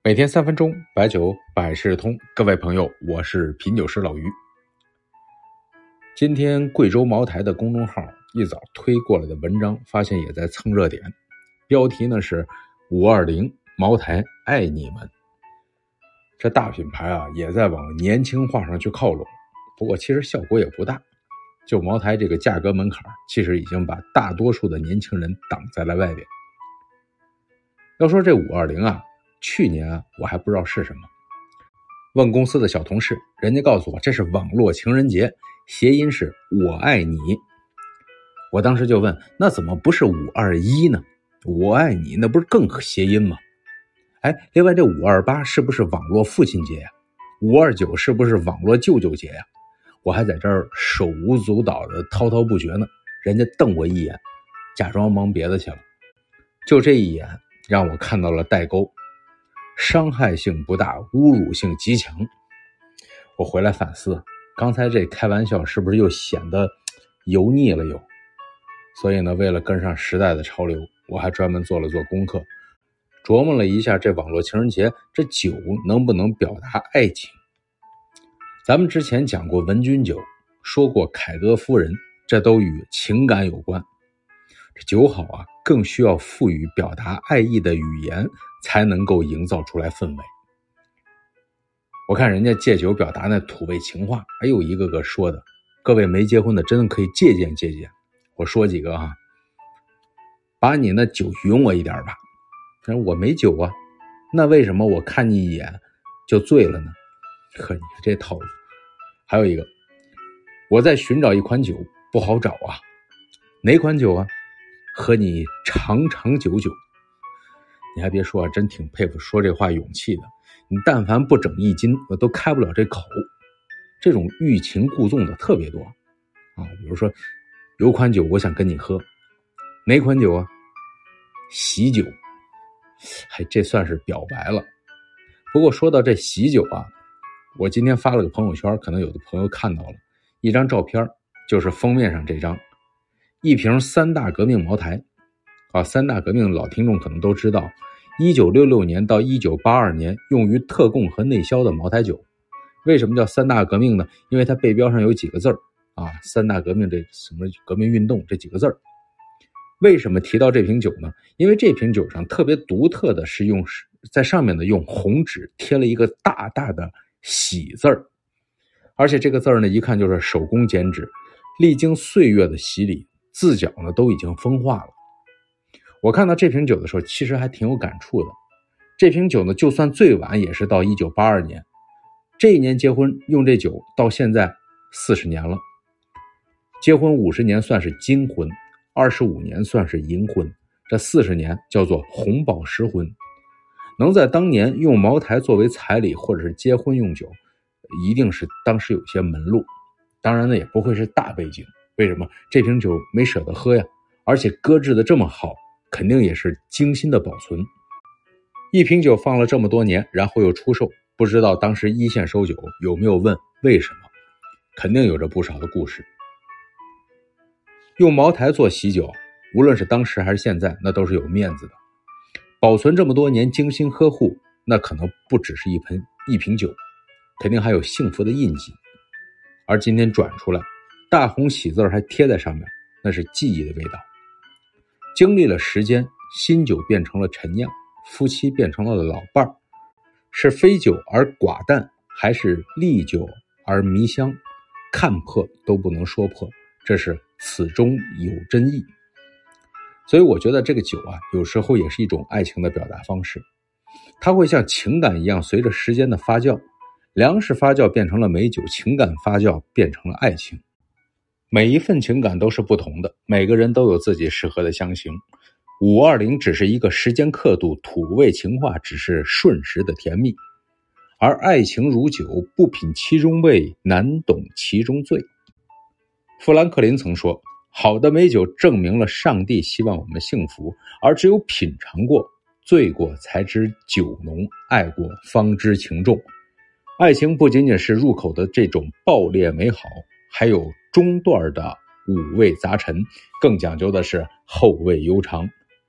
每天3分钟，白酒百事通。各位朋友，我是品酒师老于。今天贵州茅台的公众号一早推过来的文章，发现也在蹭热点，标题呢是520茅台爱你们。这大品牌啊，也在往年轻化上去靠拢，不过其实效果也不大。就茅台这个价格门槛，其实已经把大多数的年轻人挡在了外边。要说这520啊，去年我还不知道是什么，问公司的小同事，人家告诉我这是网络情人节，谐音是我爱你。我当时就问，那怎么不是521呢？我爱你那不是更谐音吗？另外这528是不是网络父亲节呀？529是不是网络舅舅节呀？我还在这儿手舞足蹈的滔滔不绝呢，人家瞪我一眼，假装忙别的去了。就这一眼让我看到了代沟，伤害性不大，侮辱性极强。我回来反思，刚才这开玩笑是不是又显得油腻了又？所以呢，为了跟上时代的潮流，我还专门做了做功课，琢磨了一下这网络情人节，这酒能不能表达爱情？咱们之前讲过文君酒，说过凯歌夫人，这都与情感有关。这酒好啊，更需要赋予表达爱意的语言，才能够营造出来氛围。我看人家借酒表达那土味情话，一个个说的，各位没结婚的真的可以借鉴借鉴。我说几个啊，把你那酒匀我一点吧。但是我没酒啊，那为什么我看你一眼就醉了呢？呵，你这套路。还有一个，我在寻找一款酒，不好找啊。哪款酒啊？和你长长久久。你还别说啊，真挺佩服说这话勇气的。你但凡不整一斤，我都开不了这口。这种欲擒故纵的特别多啊。比如说，有款酒我想跟你喝，哪款酒啊？喜酒。这算是表白了。不过说到这喜酒啊，我今天发了个朋友圈，可能有的朋友看到了一张照片，就是封面上这张，一瓶三大革命茅台啊。三大革命老听众可能都知道，1966年到1982年用于特供和内销的茅台酒。为什么叫三大革命呢？因为它背标上有几个字啊，三大革命这什么革命运动这几个字。为什么提到这瓶酒呢？因为这瓶酒上特别独特的是在上面呢用红纸贴了一个大大的喜字儿，而且这个字儿呢一看就是手工剪纸，历经岁月的洗礼，字脚呢都已经风化了。我看到这瓶酒的时候其实还挺有感触的。这瓶酒呢就算最晚也是到1982年，这一年结婚用这酒到现在40年了。结婚50年算是金婚，25年算是银婚，这40年叫做红宝石婚。能在当年用茅台作为彩礼或者是结婚用酒，一定是当时有些门路。当然呢也不会是大背景，为什么？这瓶酒没舍得喝呀，而且搁置的这么好，肯定也是精心的保存。一瓶酒放了这么多年，然后又出售，不知道当时一线收酒有没有问为什么，肯定有着不少的故事。用茅台做喜酒，无论是当时还是现在，那都是有面子的。保存这么多年，精心呵护，那可能不只是一瓶酒，肯定还有幸福的印记。而今天转出来，大红喜字还贴在上面，那是记忆的味道。经历了时间，新酒变成了陈酿，夫妻变成了老伴儿，是非酒而寡淡，还是利酒而迷香，看破都不能说破，这是此中有真意。所以我觉得这个酒啊，有时候也是一种爱情的表达方式。它会像情感一样，随着时间的发酵，粮食发酵变成了美酒，情感发酵变成了爱情。每一份情感都是不同的，每个人都有自己适合的香型。520只是一个时间刻度，土味情话只是瞬时的甜蜜。而爱情如酒，不品其中味，难懂其中醉。富兰克林曾说，好的美酒证明了上帝希望我们幸福，而只有品尝过、醉过才知酒浓，爱过方知情重。爱情不仅仅是入口的这种爆裂美好，还有中段的五味杂陈，更讲究的是后味悠长。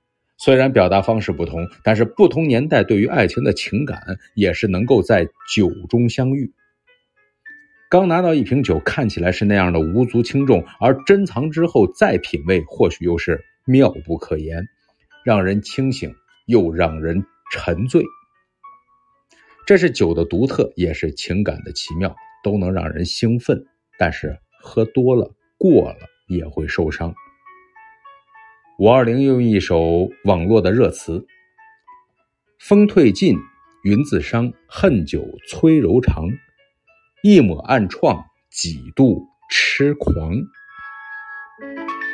虽然表达方式不同，但是不同年代对于爱情的情感也是能够在酒中相遇。刚拿到一瓶酒，看起来是那样的无足轻重，而珍藏之后再品味，或许又是妙不可言，让人清醒又让人沉醉。这是酒的独特，也是情感的奇妙，都能让人兴奋，但是喝多了过了也会受伤。520用一首网络的热词：风退尽，云自伤，恨酒催柔肠，一抹暗创，几度痴狂。